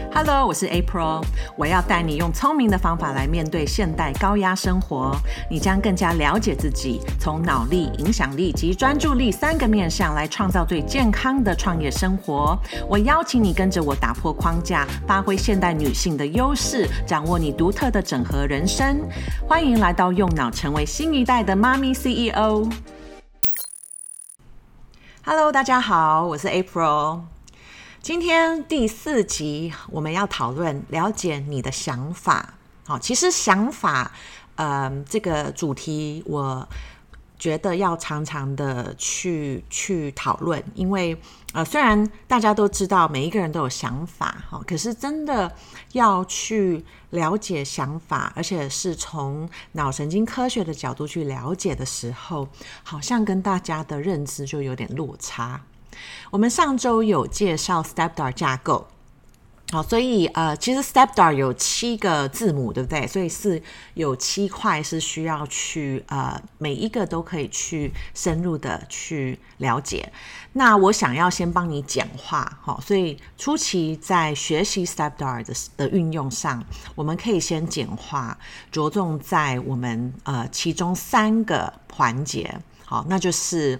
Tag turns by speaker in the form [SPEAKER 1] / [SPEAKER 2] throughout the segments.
[SPEAKER 1] Hello， 我是 April， 我要带你用聪明的方法来面对现代高压生活，你将更加了解自己，从脑力、影响力及专注力3个面向来创造最健康的创业生活。我邀请你跟着我打破框架，发挥现代女性的优势，掌握你独特的整合人生。欢迎来到用脑成为新一代的妈咪 CEO。Hello， 大家好，我是 April。今天第4集，我们要讨论了解你的想法。其实想法，这个主题，我觉得要常常的去讨论，因为虽然大家都知道每一个人都有想法，可是真的要去了解想法，而且是从脑神经科学的角度去了解的时候，好像跟大家的认知就有点落差。我们上周有介绍 STEPDAR 架构，所以其实 STEPDAR 有7个字母，对不对？所以是有7块是需要去每一个都可以去深入的去了解。那我想要先帮你简化，所以初期在学习 STEPDAR 的运用上，我们可以先简化，着重在我们其中3个环节，好，那就是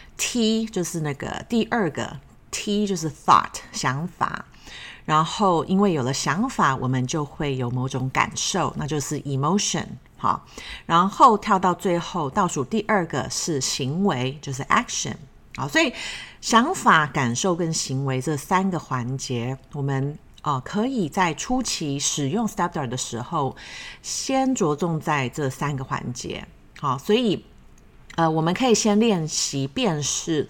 [SPEAKER 1] T 就是那个第2个 T 就是 thought 想法，然后因为有了想法，我们就会有某种感受，那就是 emotion。 好，然后跳到最后倒数第2个是行为，就是 action。 好，所以想法、感受跟行为这3个环节，我们可以在初期使用 STEPDAR 的时候先着重在这3个环节。好，所以我们可以先练习辨识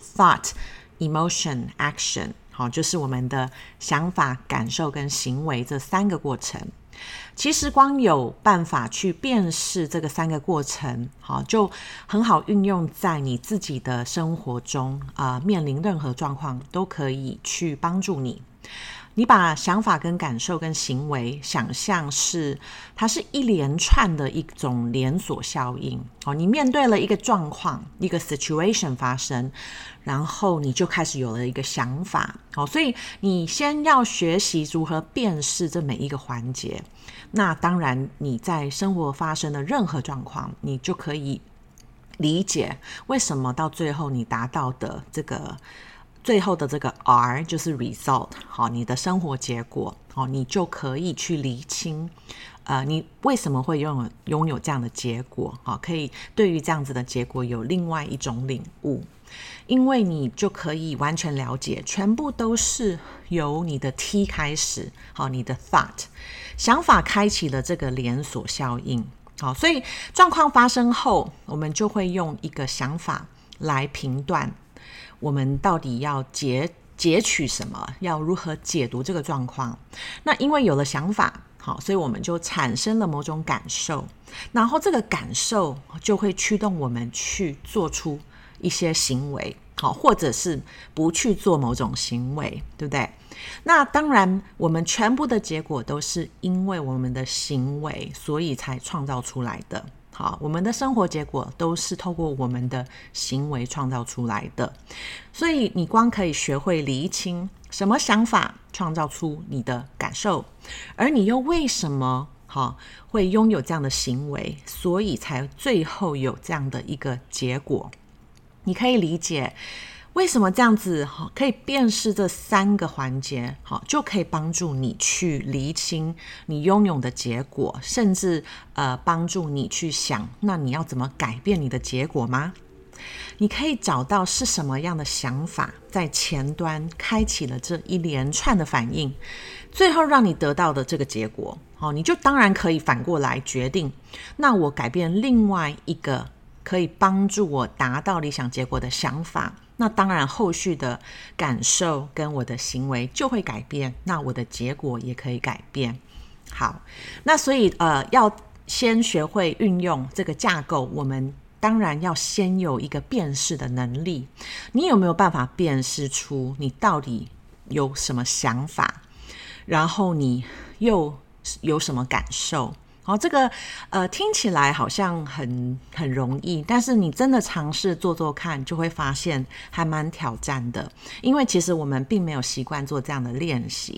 [SPEAKER 1] thought、emotion、action， 好，就是我们的想法、感受跟行为这3个过程。其实光有办法去辨识这个3个过程，好，就很好运用在你自己的生活中，面临任何状况都可以去帮助你。你把想法跟感受跟行为想象是它是一连串的一种连锁效应。你面对了一个状况，一个 situation 发生，然后你就开始有了一个想法。所以你先要学习如何辨识这每一个环节，那当然你在生活发生的任何状况，你就可以理解为什么到最后你达到的最后的这个 R 就是 result， 好，你的生活结果，好，你就可以去厘清你为什么会拥有这样的结果，好，可以对于这样子的结果有另外一种领悟，因为你就可以完全了解全部都是由你的 T 开始，好，你的 thought 想法开启了这个连锁效应。好，所以状况发生后，我们就会用一个想法来评断我们到底要截取什么，要如何解读这个状况。那因为有了想法，好，所以我们就产生了某种感受，然后这个感受就会驱动我们去做出一些行为，好，或者是不去做某种行为，对不对？那当然我们全部的结果都是因为我们的行为，所以才创造出来的。好，我们的生活结果都是透过我们的行为创造出来的。所以你光可以学会厘清什么想法创造出你的感受，而你又为什么会拥有这样的行为，所以才最后有这样的一个结果。你可以理解为什么这样子可以辨识这3个环节，就可以帮助你去厘清你拥有的结果，甚至帮助你去想，那你要怎么改变你的结果吗？你可以找到是什么样的想法在前端开启了这一连串的反应，最后让你得到的这个结果，你就当然可以反过来决定，那我改变另外一个可以帮助我达到理想结果的想法，那当然后续的感受跟我的行为就会改变，那我的结果也可以改变。好，那所以要先学会运用这个架构，我们当然要先有一个辨识的能力。你有没有办法辨识出你到底有什么想法，然后你又有什么感受？这个听起来好像很容易，但是你真的尝试做看，就会发现还蛮挑战的，因为其实我们并没有习惯做这样的练习。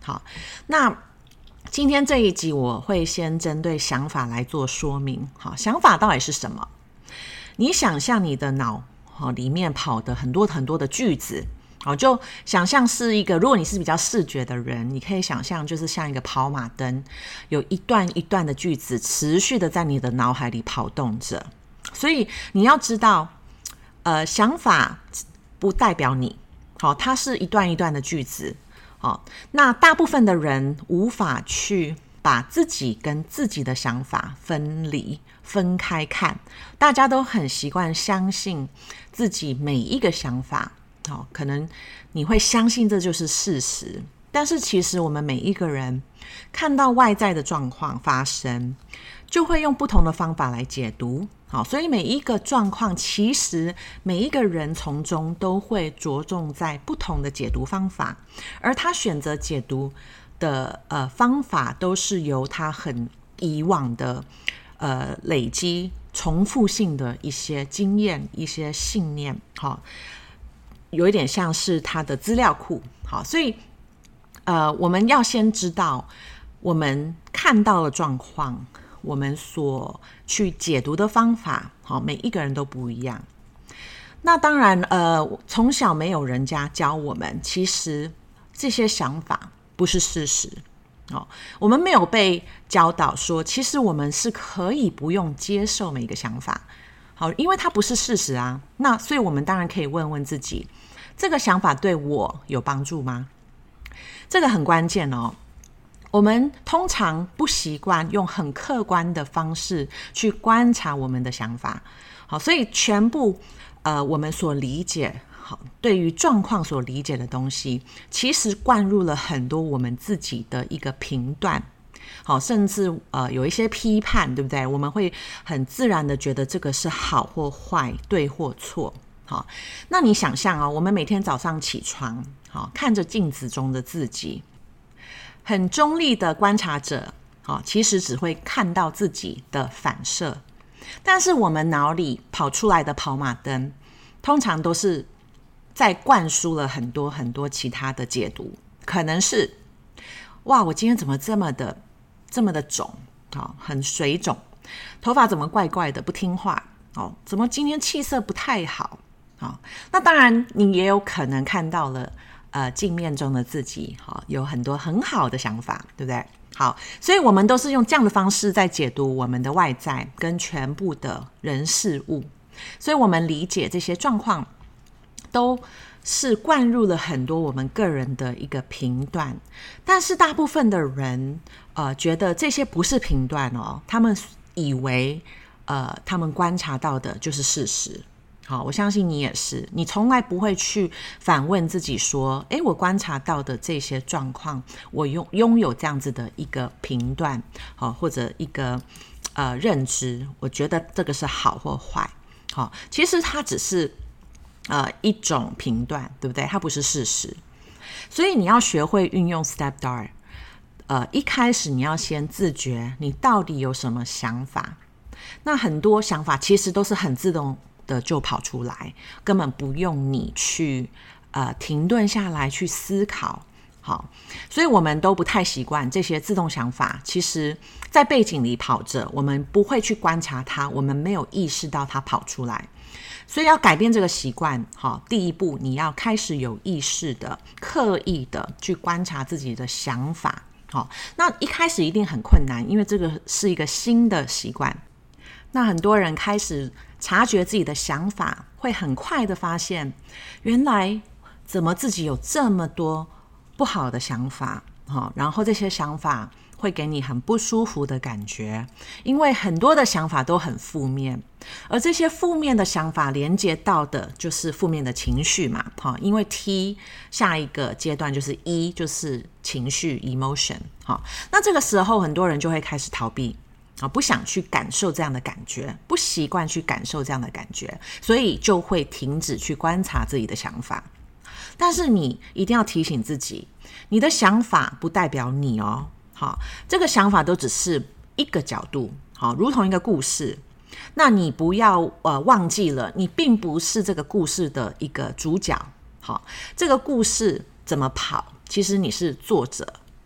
[SPEAKER 1] 好，那今天这一集我会先针对想法来做说明。好，想法到底是什么？你想象你的脑里面跑的很多很多的句子，就想象是一个，如果你是比较视觉的人，你可以想象就是像一个跑马灯，有一段一段的句子持续的在你的脑海里跑动着。所以你要知道，想法不代表你，它是一段一段的句子。那大部分的人无法去把自己跟自己的想法分开看，大家都很习惯相信自己每一个想法，可能你会相信这就是事实，但是其实我们每一个人看到外在的状况发生，就会用不同的方法来解读。所以每一个状况，其实每一个人从中都会着重在不同的解读方法，而他选择解读的方法都是由他很以往的累积重复性的一些经验、一些信念，有一点像是他的资料库。所以我们要先知道我们看到的状况，我们所去解读的方法，每一个人都不一样。那当然从小没有人家教我们，其实这些想法不是事实。我们没有被教导说，其实我们是可以不用接受每一个想法，因为它不是事实啊。那所以我们当然可以问问自己，这个想法对我有帮助吗？这个很关键哦。我们通常不习惯用很客观的方式去观察我们的想法，所以全部我们所理解，对于状况所理解的东西，其实灌入了很多我们自己的一个评断，甚至有一些批判，对不对？我们会很自然的觉得这个是好或坏，对或错。那你想象我们每天早上起床，看着镜子中的自己，很中立的观察者，其实只会看到自己的反射，但是我们脑里跑出来的跑马灯，通常都是在灌输了很多很多其他的解读，可能是哇，我今天怎么这么的肿，很水肿，头发怎么怪怪的，不听话，怎么今天气色不太好。那当然你也有可能看到了镜面中的自己，有很多很好的想法，对不对？好，所以我们都是用这样的方式在解读我们的外在跟全部的人事物，所以我们理解这些状况都是灌入了很多我们个人的一个评断，但是大部分的人觉得这些不是评断他们以为他们观察到的就是事实。好，我相信你也是，你从来不会去反问自己说，我观察到的这些状况，我拥有这样子的一个评断，或者一个认知，我觉得这个是好或坏。其实它只是一种评断，对不对？它不是事实。所以你要学会运用 Step Dart，一开始你要先自觉你到底有什么想法。那很多想法其实都是很自动的就跑出来，根本不用你去停顿下来去思考。好，所以我们都不太习惯这些自动想法，其实在背景里跑着，我们不会去观察它，我们没有意识到它跑出来。所以要改变这个习惯，第一步你要开始有意识的、刻意的去观察自己的想法。那一开始一定很困难，因为这个是一个新的习惯。那很多人开始察觉自己的想法，会很快的发现，原来怎么自己有这么多不好的想法，然后这些想法会给你很不舒服的感觉，因为很多的想法都很负面，而这些负面的想法连接到的就是负面的情绪嘛，因为 T 下一个阶段就是 E， 就是情绪 emotion。 那这个时候很多人就会开始逃避，不想去感受这样的感觉，不习惯去感受这样的感觉，所以就会停止去观察自己的想法。但是你一定要提醒自己，你的想法不代表你哦。这个想法都只是一个角度，如同一个故事。那你不要忘记了，你并不是这个故事的一个主角。这个故事怎么跑，其实你是作者。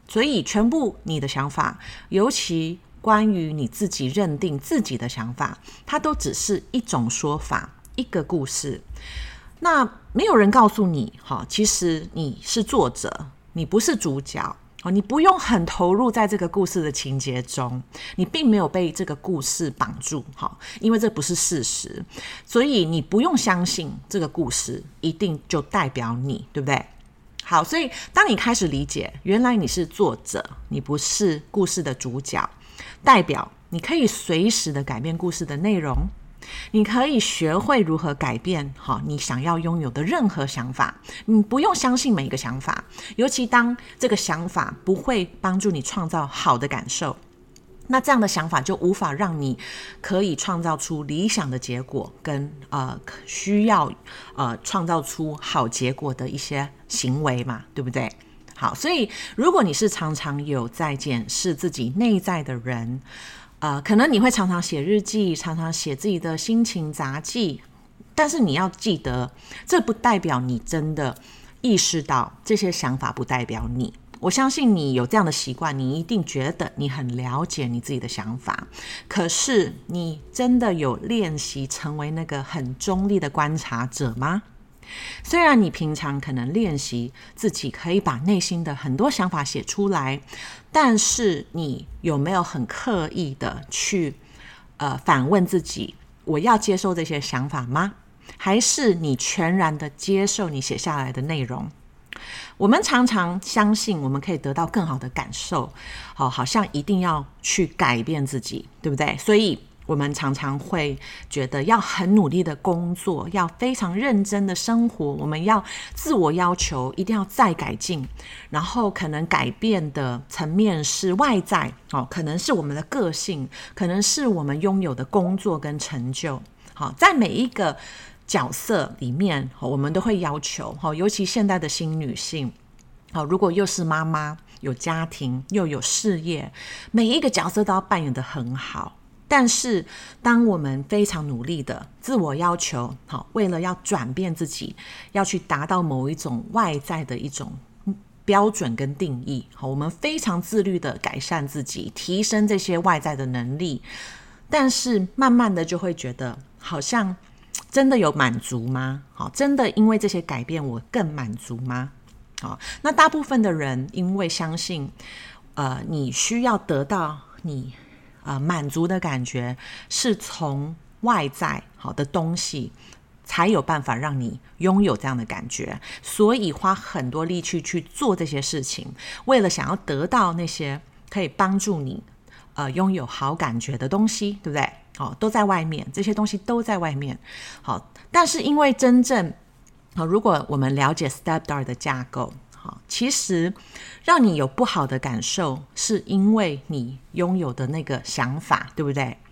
[SPEAKER 1] 所以全部你的想法，尤其关于你自己认定自己的想法，它都只是一种说法，一个故事。那没有人告诉你，其实你是作者，你不是主角，你不用很投入在这个故事的情节中，你并没有被这个故事绑住，因为这不是事实，所以你不用相信这个故事一定就代表你，对不对？好，所以当你开始理解，原来你是作者，你不是故事的主角，代表你可以随时的改变故事的内容，你可以学会如何改变你想要拥有的任何想法。你不用相信每一个想法，尤其当这个想法不会帮助你创造好的感受，那这样的想法就无法让你可以创造出理想的结果跟需要创造出好结果的一些行为嘛，对不对？好，所以如果你是常常有在检视自己内在的人，可能你会常常写日记，常常写自己的心情杂记，但是你要记得，这不代表你真的意识到这些想法不代表你。我相信你有这样的习惯，你一定觉得你很了解你自己的想法，可是你真的有练习成为那个很中立的观察者吗？虽然你平常可能练习自己可以把内心的很多想法写出来，但是你有没有很刻意的去反问自己，我要接受这些想法吗？还是你全然的接受你写下来的内容？我们常常相信我们可以得到更好的感受，好像一定要去改变自己，对不对？所以我们常常会觉得要很努力的工作，要非常认真的生活，我们要自我要求一定要再改进，然后可能改变的层面是外在，可能是我们的个性，可能是我们拥有的工作跟成就。在每一个角色里面，我们都会要求，尤其现代的新女性，如果又是妈妈，有家庭，又有事业，每一个角色都要扮演得很好。但是当我们非常努力的自我要求，为了要转变自己，要去达到某一种外在的一种标准跟定义，我们非常自律的改善自己，提升这些外在的能力，但是慢慢的就会觉得好像真的有满足吗？真的因为这些改变我更满足吗？那大部分的人因为相信你需要得到你满足的感觉是从外在好的东西才有办法让你拥有这样的感觉，所以花很多力气去做这些事情，为了想要得到那些可以帮助你拥有好感觉的东西，对不对？都在外面，这些东西都在外面。但是因为真正如果我们了解 Stepdar 的架构，其实让你有不好的感受是因为你拥有的那个想法，对不对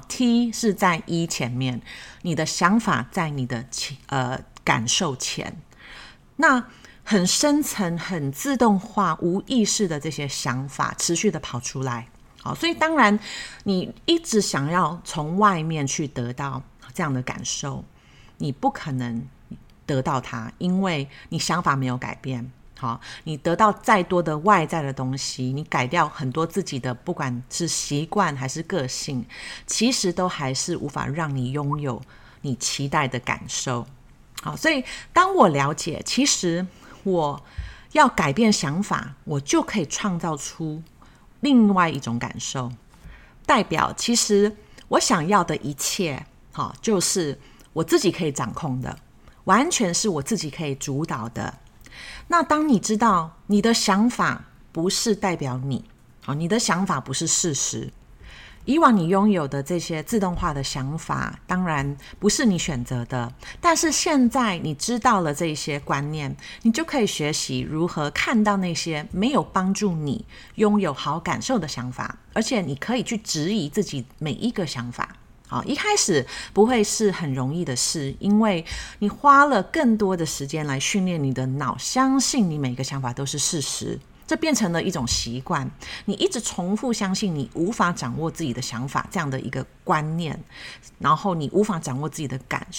[SPEAKER 1] ？T 是在 E 前面，你的想法在你的感受前，那很深层很自动化无意识的这些想法持续的跑出来。所以当然你一直想要从外面去得到这样的感受，你不可能得到它，因为你想法没有改变。你得到再多的外在的东西，你改掉很多自己的不管是习惯还是个性，其实都还是无法让你拥有你期待的感受。所以当我了解其实我要改变想法，我就可以创造出另外一种感受，代表其实我想要的一切就是我自己可以掌控的，完全是我自己可以主导的。那当你知道你的想法不是代表你，你的想法不是事实，以往你拥有的这些自动化的想法当然不是你选择的，但是现在你知道了这些观念，你就可以学习如何看到那些没有帮助你拥有好感受的想法，而且你可以去质疑自己每一个想法。一开始不会是很容易的事，因为你花了更多的时间来训练你的脑，相信你每个想法都是事实，这变成了一种习惯，你一直重复相信你无法掌握自己的想法这样的一个观念，然后你无法掌握自己的感受，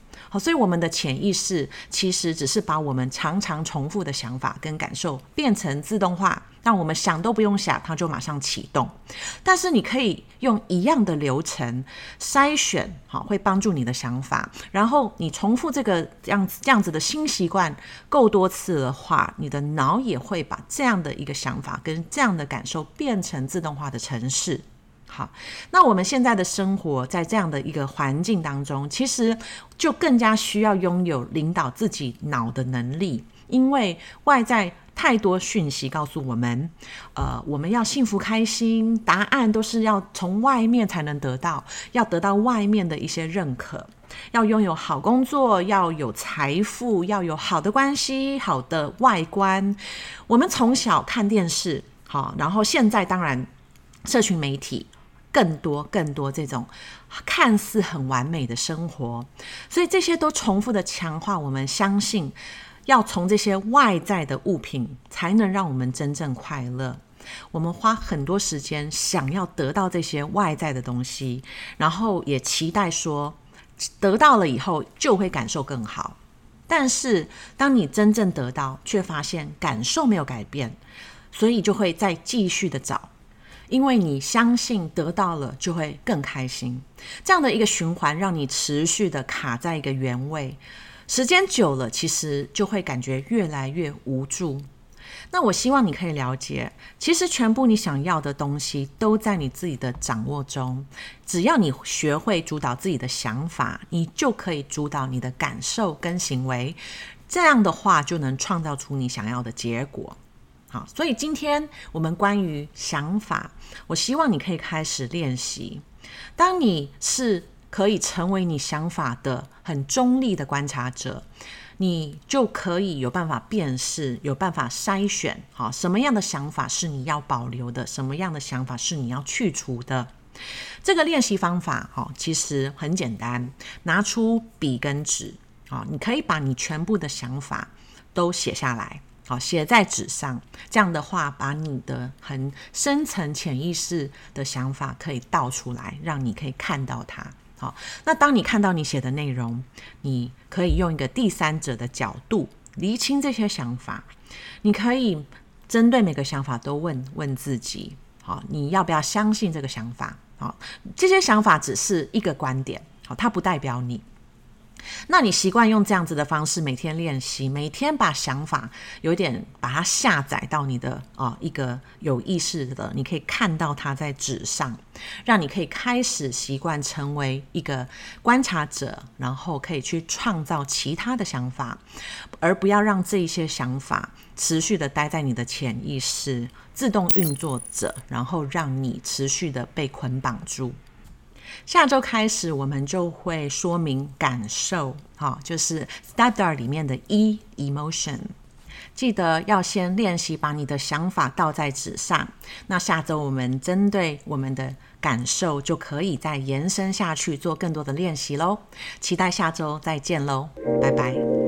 [SPEAKER 1] 好，所以我们的潜意识其实只是把我们常常重复的想法跟感受变成自动化，让我们想都不用想，它就马上启动。但是你可以用一样的流程筛选，好，会帮助你的想法，然后你重复这样子的新习惯够多次的话，你的脑也会把这样的一个想法跟这样的感受变成自动化的程式。好，那我们现在的生活在这样的一个环境当中，其实就更加需要拥有领导自己脑的能力，因为外在太多讯息告诉我们，我们要幸福开心，答案都是要从外面才能得到，要得到外面的一些认可，要拥有好工作，要有财富，要有好的关系，好的外观。我们从小看电视，好，然后现在当然社群媒体更多这种看似很完美的生活，所以这些都重复的强化我们相信要从这些外在的物品才能让我们真正快乐。我们花很多时间想要得到这些外在的东西，然后也期待说得到了以后就会感受更好，但是当你真正得到，却发现感受没有改变，所以就会再继续的找，因为你相信得到了就会更开心，这样的一个循环让你持续的卡在一个原位，时间久了其实就会感觉越来越无助。那我希望你可以了解，其实全部你想要的东西都在你自己的掌握中，只要你学会主导自己的想法，你就可以主导你的感受跟行为，这样的话就能创造出你想要的结果。好，所以今天我们关于想法，我希望你可以开始练习。当你是可以成为你想法的很中立的观察者，你就可以有办法辨识，有办法筛选，好，什么样的想法是你要保留的，什么样的想法是你要去除的。这个练习方法其实很简单，拿出笔跟纸，你可以把你全部的想法都写下来，写在纸上，这样的话把你的很深层潜意识的想法可以倒出来，让你可以看到它。好，那当你看到你写的内容，你可以用一个第三者的角度厘清这些想法，你可以针对每个想法都问自己，好，你要不要相信这个想法？好，这些想法只是一个观点，好，它不代表你。那你习惯用这样子的方式每天练习，每天把想法有点把它下载到你的一个有意识的，你可以看到它在纸上，让你可以开始习惯成为一个观察者，然后可以去创造其他的想法，而不要让这一些想法持续的待在你的潜意识自动运作着，然后让你持续的被捆绑住。下周开始我们就会说明感受，就是 Step 里面的 emotion， 记得要先练习把你的想法倒在纸上，那下周我们针对我们的感受就可以再延伸下去做更多的练习咯。期待下周再见咯，拜拜。